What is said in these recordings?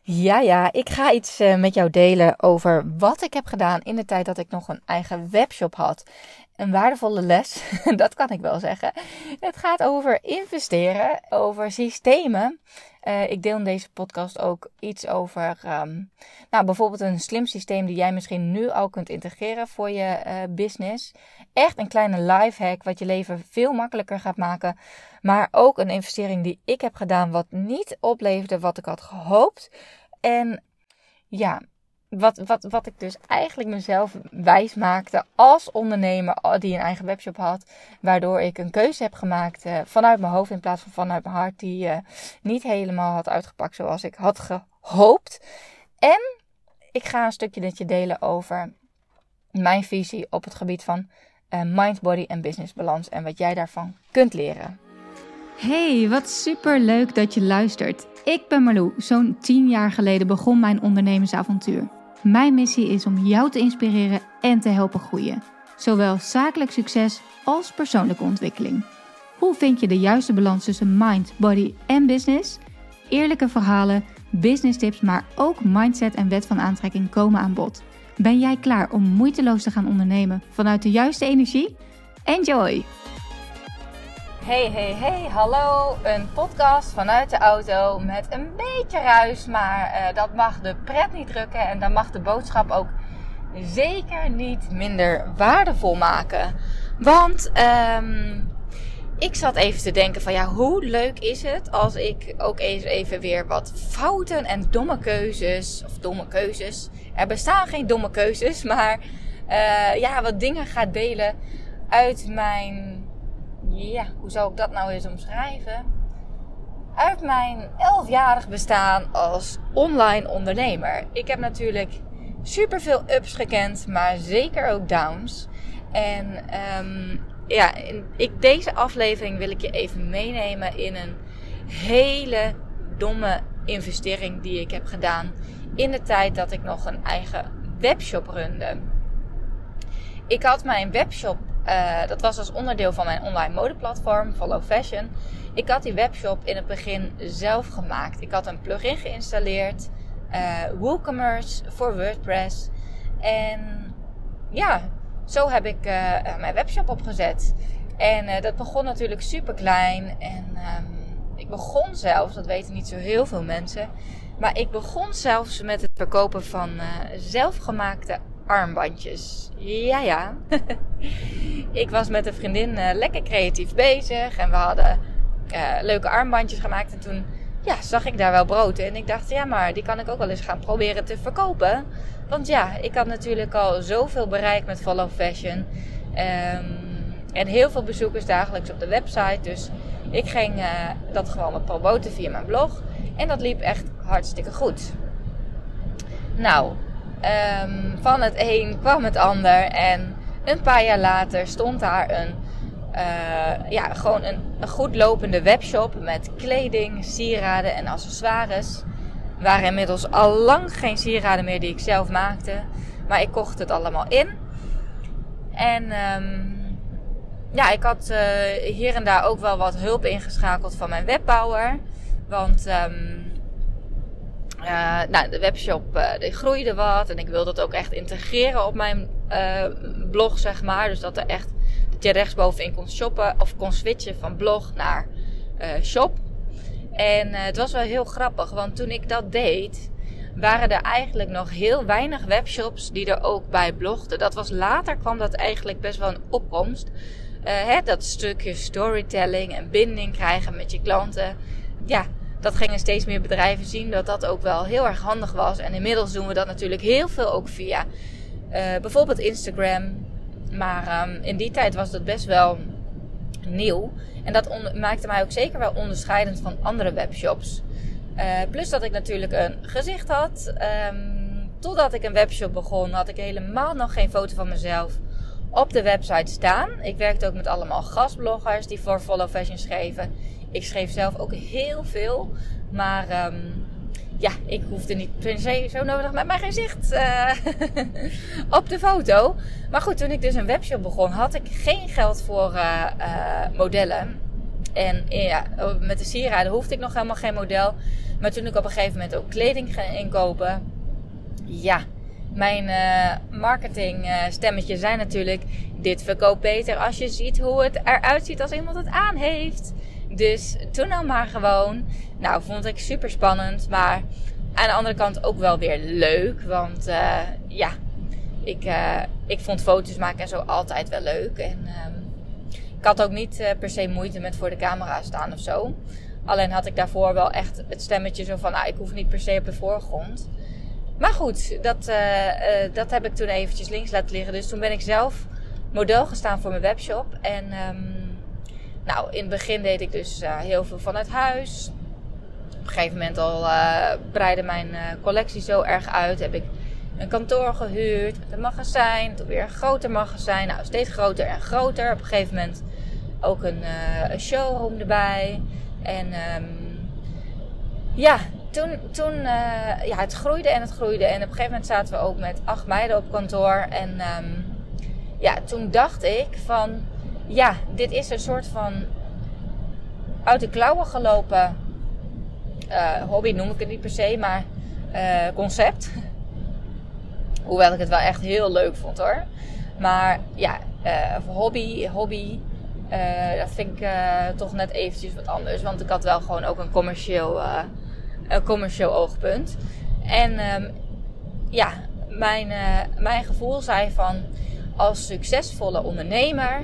Ja, ik ga iets met jou delen over wat ik heb gedaan in de tijd dat ik nog een eigen webshop had. Een waardevolle les, dat kan ik wel zeggen. Het gaat over investeren, over systemen. Ik deel in deze podcast ook iets over bijvoorbeeld een slim systeem die jij misschien nu al kunt integreren voor je business. Echt een kleine lifehack wat je leven veel makkelijker gaat maken. Maar ook een investering die ik heb gedaan wat niet opleverde wat ik had gehoopt. En ja, wat ik dus eigenlijk mezelf wijs maakte als ondernemer die een eigen webshop had. Waardoor ik een keuze heb gemaakt vanuit mijn hoofd in plaats van vanuit mijn hart. Die niet helemaal had uitgepakt zoals ik had gehoopt. En ik ga een stukje met je delen over mijn visie op het gebied van mind, body en business balans. En wat jij daarvan kunt leren. Hey, wat super leuk dat je luistert. Ik ben Marlou. Zo'n 10 jaar geleden begon mijn ondernemersavontuur. Mijn missie is om jou te inspireren en te helpen groeien. Zowel zakelijk succes als persoonlijke ontwikkeling. Hoe vind je de juiste balans tussen mind, body en business? Eerlijke verhalen, business tips, maar ook mindset en wet van aantrekking komen aan bod. Ben jij klaar om moeiteloos te gaan ondernemen vanuit de juiste energie? Enjoy! Hey, hallo. Een podcast vanuit de auto met een beetje ruis, maar dat mag de pret niet drukken en dan mag de boodschap ook zeker niet minder waardevol maken. Want ik zat even te denken van hoe leuk is het als ik ook eens even weer wat fouten en domme keuzes, er bestaan geen domme keuzes, maar wat dingen ga delen uit mijn... Ja, hoe zou ik dat nou eens omschrijven? Uit mijn 11-jarig bestaan als online ondernemer. Ik heb natuurlijk superveel ups gekend, maar zeker ook downs. En deze aflevering wil ik je even meenemen in een hele domme investering die ik heb gedaan in de tijd dat ik nog een eigen webshop runde. Ik had mijn webshop, dat was als onderdeel van mijn online modeplatform, Follow Fashion. Ik had die webshop in het begin zelf gemaakt. Ik had een plugin geïnstalleerd, WooCommerce voor WordPress. En ja, zo heb ik mijn webshop opgezet. En dat begon natuurlijk super klein. En ik begon zelfs, dat weten niet zo heel veel mensen, maar ik begon zelfs met het verkopen van zelfgemaakte armbandjes. Ja. Ik was met een vriendin lekker creatief bezig. En we hadden leuke armbandjes gemaakt. En toen zag ik daar wel brood in. En ik dacht, maar die kan ik ook wel eens gaan proberen te verkopen. Want ik had natuurlijk al zoveel bereikt met Follow Fashion. En heel veel bezoekers dagelijks op de website. Dus ik ging dat gewoon wat promoten via mijn blog. En dat liep echt hartstikke goed. Nou... van het een kwam het ander en een paar jaar later stond daar een goed lopende webshop met kleding, sieraden en accessoires. Er waren inmiddels al lang geen sieraden meer die ik zelf maakte, maar ik kocht het allemaal in. En ik had hier en daar ook wel wat hulp ingeschakeld van mijn webbouwer, want... de webshop die groeide wat en ik wilde het ook echt integreren op mijn blog, zeg maar. Dus dat je rechtsbovenin kon shoppen of kon switchen van blog naar shop. En het was wel heel grappig, want toen ik dat deed, waren er eigenlijk nog heel weinig webshops die er ook bij blogden. Dat was later, kwam dat eigenlijk best wel een opkomst. Dat stukje storytelling en binding krijgen met je klanten. Ja, dat gingen steeds meer bedrijven zien dat dat ook wel heel erg handig was. En inmiddels doen we dat natuurlijk heel veel ook via bijvoorbeeld Instagram. Maar in die tijd was dat best wel nieuw. En dat maakte mij ook zeker wel onderscheidend van andere webshops. Plus dat ik natuurlijk een gezicht had. Totdat ik een webshop begon had ik helemaal nog geen foto van mezelf op de website staan. Ik werkte ook met allemaal gastbloggers die voor Follow Fashion schreven. Ik schreef zelf ook heel veel. Maar ik hoefde niet per se zo nodig met mijn gezicht op de foto. Maar goed, toen ik dus een webshop begon, had ik geen geld voor modellen. En met de sieraden hoefde ik nog helemaal geen model. Maar toen ik op een gegeven moment ook kleding ging inkopen. Ja, mijn marketing stemmetje zei natuurlijk, dit verkoopt beter als je ziet hoe het eruit ziet als iemand het aan heeft. Dus toen nou maar gewoon. Nou, vond ik super spannend. Maar aan de andere kant ook wel weer leuk. Want ik vond foto's maken en zo altijd wel leuk. En ik had ook niet per se moeite met voor de camera staan of zo. Alleen had ik daarvoor wel echt het stemmetje zo van, ik hoef niet per se op de voorgrond. Maar goed, dat heb ik toen eventjes links laten liggen. Dus toen ben ik zelf model gestaan voor mijn webshop. En in het begin deed ik dus heel veel vanuit huis. Op een gegeven moment al breidde mijn collectie zo erg uit. Heb ik een kantoor gehuurd met een magazijn. Toen weer een groter magazijn. Nou, steeds groter en groter. Op een gegeven moment ook een showroom erbij. En toen het groeide en het groeide. En op een gegeven moment zaten we ook met 8 meiden op kantoor. En toen dacht ik van, dit is een soort van uit de klauwen gelopen hobby, noem ik het niet per se, maar concept. Hoewel ik het wel echt heel leuk vond hoor. Maar hobby, dat vind ik toch net eventjes wat anders. Want ik had wel gewoon ook een commercieel oogpunt. En mijn gevoel zei van, als succesvolle ondernemer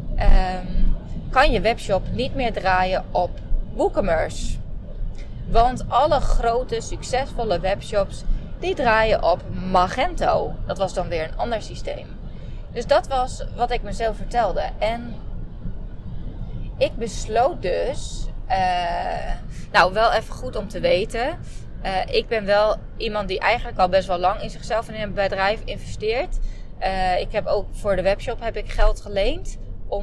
kan je webshop niet meer draaien op WooCommerce. Want alle grote succesvolle webshops die draaien op Magento. Dat was dan weer een ander systeem. Dus dat was wat ik mezelf vertelde. En ik besloot dus, wel even goed om te weten. Ik ben wel iemand die eigenlijk al best wel lang in zichzelf en in een bedrijf investeert. Ik heb ook voor de webshop geld geleend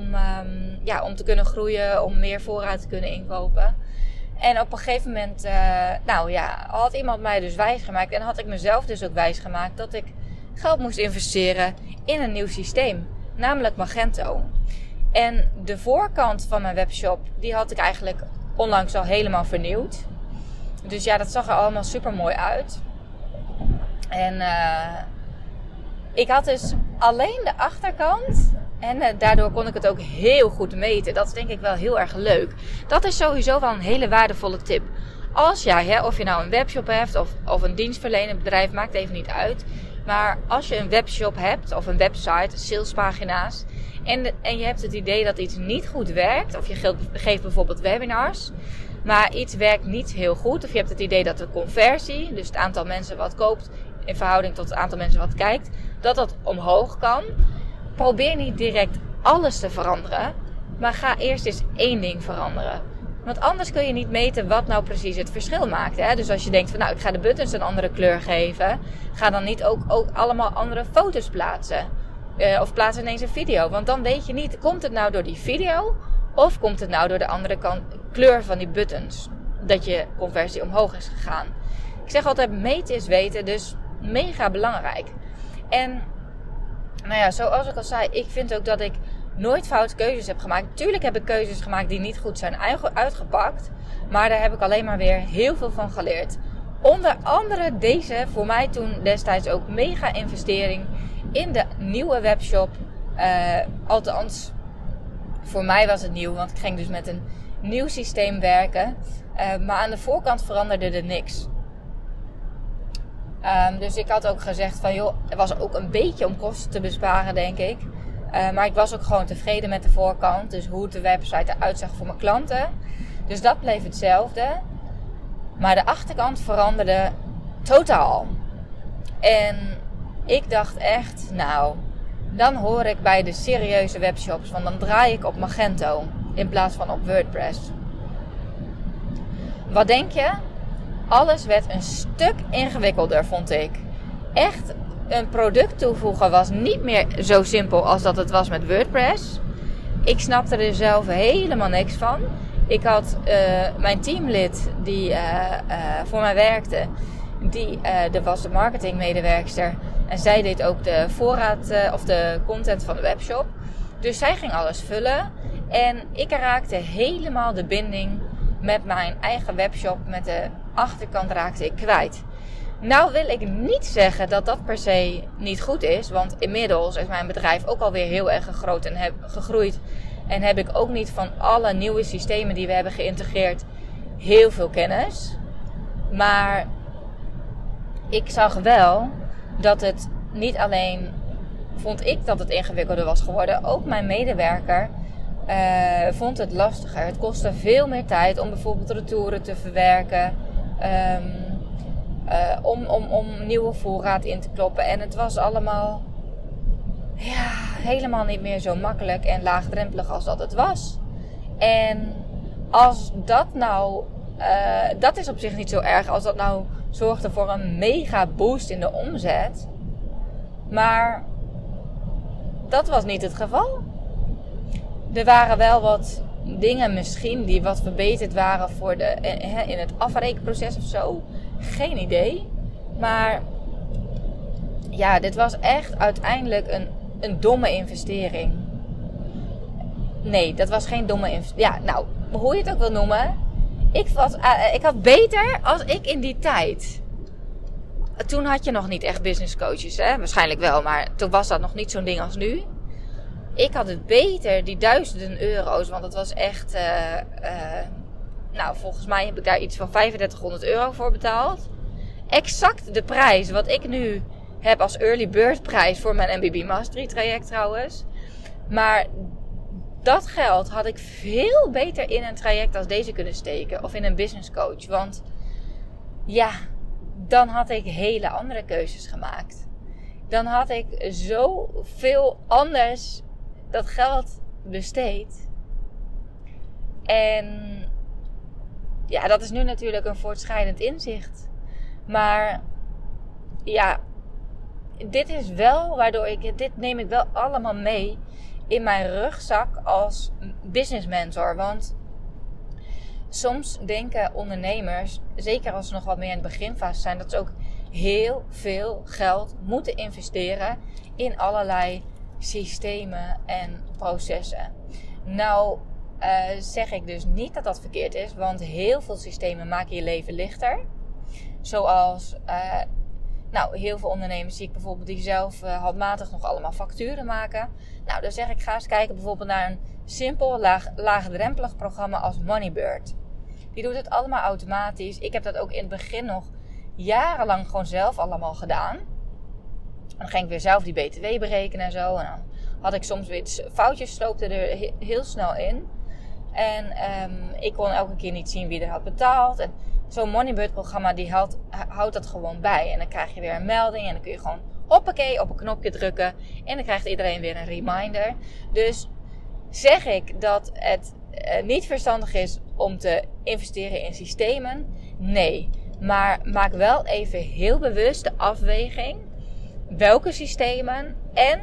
om te kunnen groeien, om meer voorraad te kunnen inkopen. En op een gegeven moment had iemand mij dus wijsgemaakt en had ik mezelf dus ook wijsgemaakt dat ik geld moest investeren in een nieuw systeem, namelijk Magento. En de voorkant van mijn webshop, die had ik eigenlijk onlangs al helemaal vernieuwd. Dus dat zag er allemaal super mooi uit. En ik had dus alleen de achterkant. En daardoor kon ik het ook heel goed meten. Dat is denk ik wel heel erg leuk. Dat is sowieso wel een hele waardevolle tip. Als jij, of je nou een webshop hebt of een dienstverlenend bedrijf, maakt even niet uit. Maar als je een webshop hebt of een website, salespagina's. En je hebt het idee dat iets niet goed werkt. Of je geeft bijvoorbeeld webinars. Maar iets werkt niet heel goed. Of je hebt het idee dat de conversie, dus het aantal mensen wat koopt in verhouding tot het aantal mensen wat kijkt, dat omhoog kan. Probeer niet direct alles te veranderen. Maar ga eerst eens 1 ding veranderen. Want anders kun je niet meten wat nou precies het verschil maakt. Hè? Dus als je denkt van ik ga de buttons een andere kleur geven. Ga dan niet ook allemaal andere foto's plaatsen. Of plaats ineens een video. Want dan weet je niet, komt het nou door die video? Of komt het nou door de andere kleur van die buttons? Dat je conversie omhoog is gegaan. Ik zeg altijd, meten is weten. Dus mega belangrijk. En zoals ik al zei, ik vind ook dat ik nooit foute keuzes heb gemaakt. Tuurlijk heb ik keuzes gemaakt die niet goed zijn uitgepakt. Maar daar heb ik alleen maar weer heel veel van geleerd. Onder andere deze, voor mij toen destijds ook mega investering in de nieuwe webshop. Althans, voor mij was het nieuw, want ik ging dus met een nieuw systeem werken. Maar aan de voorkant veranderde er niks. Dus ik had ook gezegd van er was ook een beetje om kosten te besparen, denk ik. Maar ik was ook gewoon tevreden met de voorkant. Dus hoe de website eruit zag voor mijn klanten. Dus dat bleef hetzelfde. Maar de achterkant veranderde totaal. En ik dacht echt, dan hoor ik bij de serieuze webshops. Want dan draai ik op Magento in plaats van op WordPress. Wat denk je? Alles werd een stuk ingewikkelder, vond ik. Echt, een product toevoegen was niet meer zo simpel als dat het was met WordPress. Ik snapte er zelf helemaal niks van. Ik had mijn teamlid die voor mij werkte. Dat was de marketingmedewerkster. En zij deed ook de voorraad of de content van de webshop. Dus zij ging alles vullen. En ik raakte helemaal de binding met mijn eigen webshop, met de achterkant raakte ik kwijt. Nou wil ik niet zeggen dat dat per se niet goed is. Want inmiddels is mijn bedrijf ook alweer heel erg groot en gegroeid. En heb ik ook niet van alle nieuwe systemen die we hebben geïntegreerd heel veel kennis. Maar ik zag wel dat het niet alleen, vond ik dat het ingewikkelder was geworden. Ook mijn medewerker vond het lastiger. Het kostte veel meer tijd om bijvoorbeeld retouren te verwerken. Om nieuwe voorraad in te kloppen. En het was allemaal helemaal niet meer zo makkelijk en laagdrempelig als dat het was. En als dat nou, dat is op zich niet zo erg als dat nou zorgde voor een mega boost in de omzet. Maar dat was niet het geval. Er waren wel wat dingen misschien die wat verbeterd waren voor in het afrekenproces of zo. Geen idee. Maar ja, dit was echt uiteindelijk een domme investering. Nee, dat was geen domme investering. Ja, nou, hoe je het ook wil noemen. Ik had beter als ik in die tijd. Toen had je nog niet echt business coaches, hè? Waarschijnlijk wel, maar toen was dat nog niet zo'n ding als nu. Ik had het beter, die duizenden euro's, want het was echt... volgens mij heb ik daar iets van 3500 euro voor betaald. Exact de prijs wat ik nu heb als early bird prijs voor mijn MBB Mastery traject trouwens. Maar dat geld had ik veel beter in een traject als deze kunnen steken. Of in een business coach. Want ja, dan had ik hele andere keuzes gemaakt. Dan had ik zoveel anders dat geld besteed. En ja, dat is nu natuurlijk een voortschrijdend inzicht. Maar ja, dit is wel waardoor dit neem ik wel allemaal mee in mijn rugzak als business mentor. Want soms denken ondernemers, zeker als ze nog wat meer in de beginfase zijn, dat ze ook heel veel geld moeten investeren in allerlei systemen en processen. Nou zeg ik dus niet dat dat verkeerd is, want heel veel systemen maken je leven lichter. Zoals heel veel ondernemers zie ik bijvoorbeeld die zelf handmatig nog allemaal facturen maken. Nou, dan zeg ik, ga eens kijken bijvoorbeeld naar een simpel, laagdrempelig programma als Moneybird. Die doet het allemaal automatisch. Ik heb dat ook in het begin nog jarenlang gewoon zelf allemaal gedaan. En dan ging ik weer zelf die BTW berekenen en zo. En dan had ik soms weer foutjes, sloopte er heel snel in. En ik kon elke keer niet zien wie er had betaald. En zo'n Moneybird programma die houdt dat gewoon bij. En dan krijg je weer een melding. En dan kun je gewoon hoppakee op een knopje drukken. En dan krijgt iedereen weer een reminder. Dus zeg ik dat het niet verstandig is om te investeren in systemen? Nee. Maar maak wel even heel bewust de afweging. Welke systemen en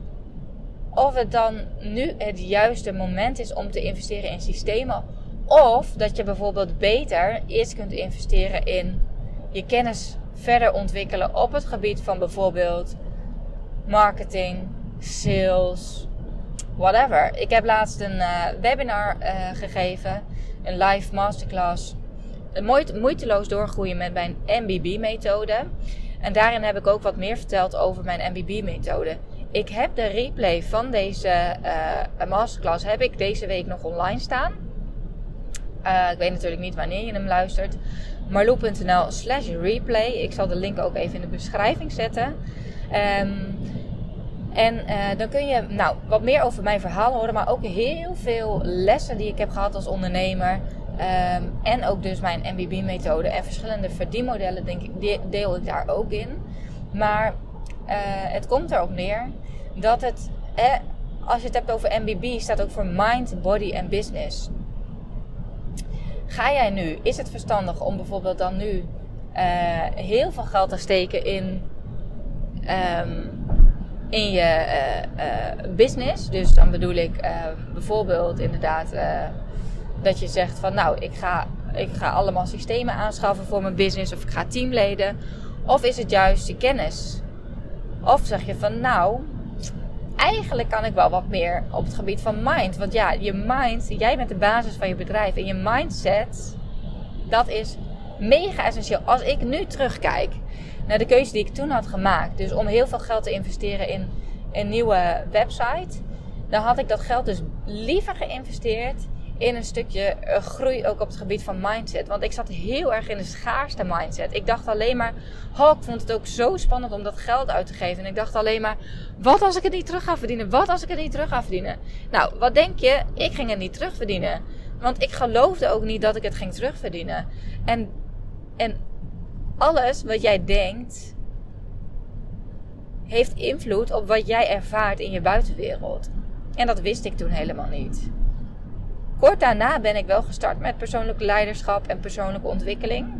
of het dan nu het juiste moment is om te investeren in systemen. Of dat je bijvoorbeeld beter eerst kunt investeren in je kennis verder ontwikkelen op het gebied van bijvoorbeeld marketing, sales, whatever. Ik heb laatst een webinar gegeven, een live masterclass. Moeiteloos doorgroeien met mijn MBB-methode. En daarin heb ik ook wat meer verteld over mijn MBB-methode. Ik heb de replay van deze masterclass heb ik deze week nog online staan. Ik weet natuurlijk niet wanneer je hem luistert. marloe.nl/replay. Ik zal de link ook even in de beschrijving zetten. Dan kun je wat meer over mijn verhaal horen. Maar ook heel veel lessen die ik heb gehad als ondernemer. En ook dus mijn MBB-methode. En verschillende verdienmodellen deel ik daar ook in. Maar het komt erop neer dat het... als je het hebt over MBB, staat ook voor Mind, Body en Business. Ga jij nu, is het verstandig om bijvoorbeeld dan nu heel veel geld te steken in je business? Dus dan bedoel ik bijvoorbeeld inderdaad dat je zegt van ik ga allemaal systemen aanschaffen voor mijn business of ik ga teamleden. Of is het juist je kennis? Of zeg je van eigenlijk kan ik wel wat meer op het gebied van mind. Want ja, je mind, jij bent de basis van je bedrijf. En je mindset, dat is mega essentieel. Als ik nu terugkijk naar de keuze die ik toen had gemaakt. Dus om heel veel geld te investeren in een nieuwe website. Dan had ik dat geld dus liever geïnvesteerd in een stukje groei ook op het gebied van mindset. Want ik zat heel erg in de schaarste mindset. Ik dacht alleen maar, ik vond het ook zo spannend om dat geld uit te geven. En ik dacht alleen maar, wat als ik het niet terug ga verdienen? Wat als ik het niet terug ga verdienen? Nou, wat denk je? Ik ging het niet terugverdienen. Want ik geloofde ook niet dat ik het ging terugverdienen. En alles wat jij denkt, heeft invloed op wat jij ervaart in je buitenwereld. En dat wist ik toen helemaal niet. Kort daarna ben ik wel gestart met persoonlijk leiderschap en persoonlijke ontwikkeling.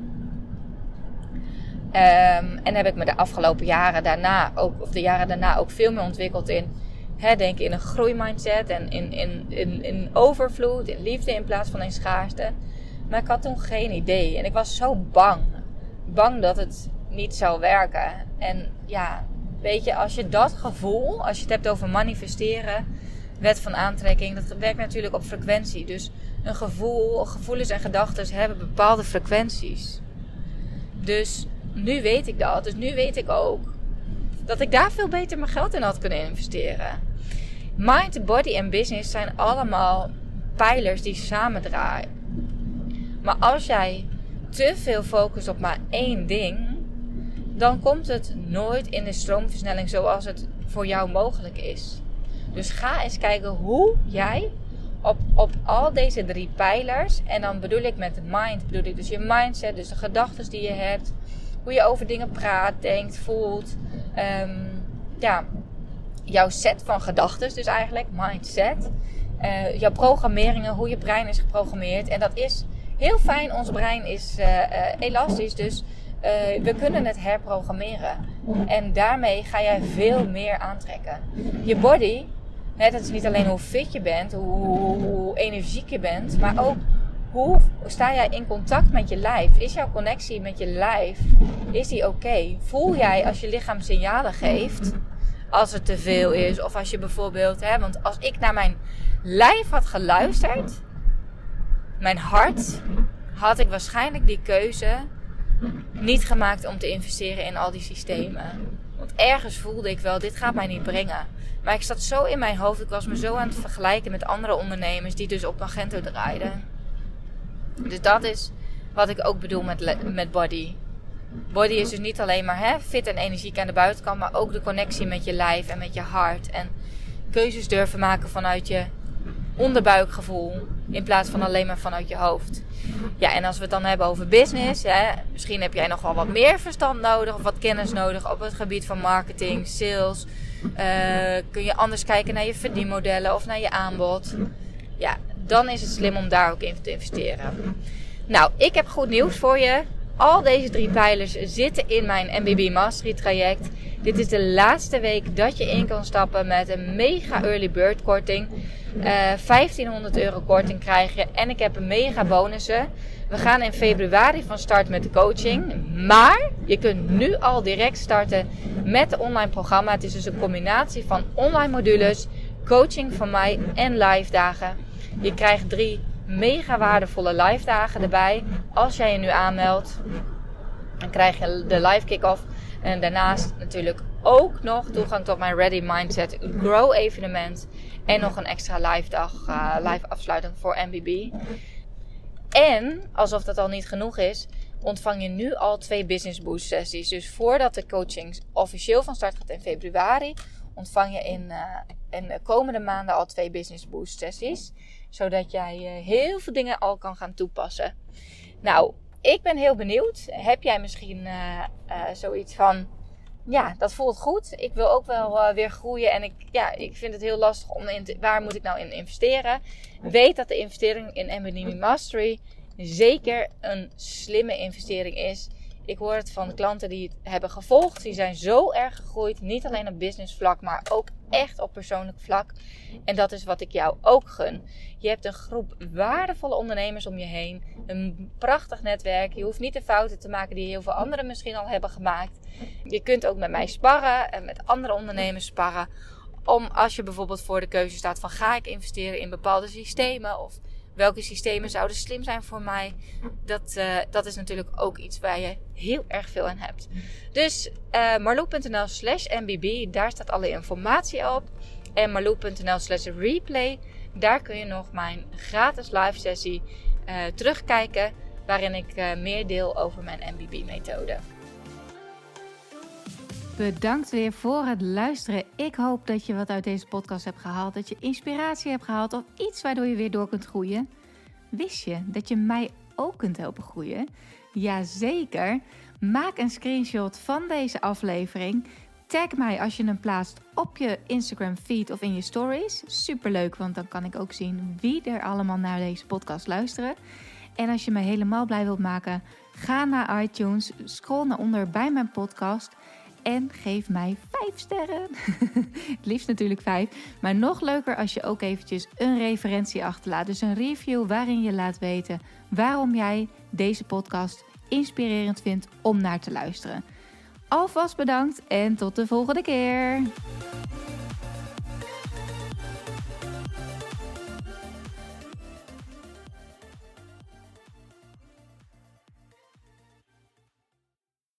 En heb ik me de afgelopen jaren daarna de jaren daarna ook veel meer ontwikkeld in denken in een groeimindset en in overvloed, in liefde in plaats van in schaarste. Maar ik had toen geen idee en ik was zo bang. Bang dat het niet zou werken. En ja, weet je, als je dat gevoel, als je het hebt over manifesteren, wet van aantrekking, dat werkt natuurlijk op frequentie. Dus een gevoel, gevoelens en gedachten hebben bepaalde frequenties. Dus nu weet ik dat. Dus nu weet ik ook dat ik daar veel beter mijn geld in had kunnen investeren. Mind, body en business zijn allemaal pijlers die samen draaien. Maar als jij te veel focust op maar één ding, dan komt het nooit in de stroomversnelling zoals het voor jou mogelijk is. Dus ga eens kijken hoe jij op al deze 3 pijlers, en dan bedoel ik met mind, bedoel ik dus je mindset, dus de gedachten die je hebt, hoe je over dingen praat, denkt, voelt, jouw set van gedachten, dus eigenlijk mindset, jouw programmeringen, hoe je brein is geprogrammeerd. En dat is heel fijn, ons brein is elastisch, dus we kunnen het herprogrammeren. En daarmee ga jij veel meer aantrekken. Je body, dat is niet alleen hoe fit je bent, hoe energiek je bent, maar ook hoe sta jij in contact met je lijf? Is jouw connectie met je lijf, is die oké? Voel jij als je lichaam signalen geeft, als het te veel is? Of als je bijvoorbeeld, want als ik naar mijn lijf had geluisterd, mijn hart, had ik waarschijnlijk die keuze niet gemaakt om te investeren in al die systemen. Want ergens voelde ik wel, dit gaat mij niet brengen. Maar ik zat zo in mijn hoofd, ik was me zo aan het vergelijken met andere ondernemers die dus op Magento draaiden. Dus dat is wat ik ook bedoel met body. Body is dus niet alleen maar fit en energiek aan de buitenkant, maar ook de connectie met je lijf en met je hart. En keuzes durven maken vanuit je onderbuikgevoel in plaats van alleen maar vanuit je hoofd. Ja, en als we het dan hebben over business, misschien heb jij nog wel wat meer verstand nodig of wat kennis nodig op het gebied van marketing, sales. Kun je anders kijken naar je verdienmodellen of naar je aanbod. Ja, dan is het slim om daar ook in te investeren. Nou, ik heb goed nieuws voor je. Al deze 3 pijlers zitten in mijn MBB Mastery traject. Dit is de laatste week dat je in kan stappen met een mega early bird korting. €1500 korting krijg je. En ik heb een mega bonussen. We gaan in februari van start met de coaching. Maar je kunt nu al direct starten met het online programma. Het is dus een combinatie van online modules, coaching van mij en live dagen. Je krijgt 3 mega waardevolle live dagen erbij. Als jij je nu aanmeldt, dan krijg je de live kick-off. En daarnaast natuurlijk ook nog toegang tot mijn Ready Mindset Grow evenement. En nog een extra live dag, live afsluiting voor MBB. En, alsof dat al niet genoeg is, ontvang je nu al 2 Business Boost sessies. Dus voordat de coaching officieel van start gaat in februari, ontvang je in de komende maanden al 2 Business Boost sessies. Zodat jij heel veel dingen al kan gaan toepassen. Nou, ik ben heel benieuwd. Heb jij misschien zoiets van, ja, dat voelt goed. Ik wil ook wel weer groeien. En ik vind het heel lastig om waar moet ik nou in investeren? Weet dat de investering in MBB Mastery zeker een slimme investering is. Ik hoor het van de klanten die het hebben gevolgd. Die zijn zo erg gegroeid. Niet alleen op business vlak, maar ook echt op persoonlijk vlak. En dat is wat ik jou ook gun. Je hebt een groep waardevolle ondernemers om je heen. Een prachtig netwerk. Je hoeft niet de fouten te maken die heel veel anderen misschien al hebben gemaakt. Je kunt ook met mij sparren en met andere ondernemers sparren. Om als je bijvoorbeeld voor de keuze staat van ga ik investeren in bepaalde systemen of welke systemen zouden slim zijn voor mij. Dat is natuurlijk ook iets waar je heel erg veel aan hebt. Dus marloe.nl/mbb, daar staat alle informatie op. En marloe.nl/replay, daar kun je nog mijn gratis live sessie terugkijken, waarin ik meer deel over mijn MBB-methode. Bedankt weer voor het luisteren. Ik hoop dat je wat uit deze podcast hebt gehaald. Dat je inspiratie hebt gehaald of iets waardoor je weer door kunt groeien. Wist je dat je mij ook kunt helpen groeien? Jazeker. Maak een screenshot van deze aflevering. Tag mij als je hem plaatst op je Instagram feed of in je stories. Superleuk, want dan kan ik ook zien wie er allemaal naar deze podcast luisteren. En als je me helemaal blij wilt maken, ga naar iTunes, scroll naar onder bij mijn podcast en geef mij 5 sterren. Het liefst natuurlijk 5. Maar nog leuker als je ook eventjes een referentie achterlaat. Dus een review waarin je laat weten waarom jij deze podcast inspirerend vindt om naar te luisteren. Alvast bedankt en tot de volgende keer.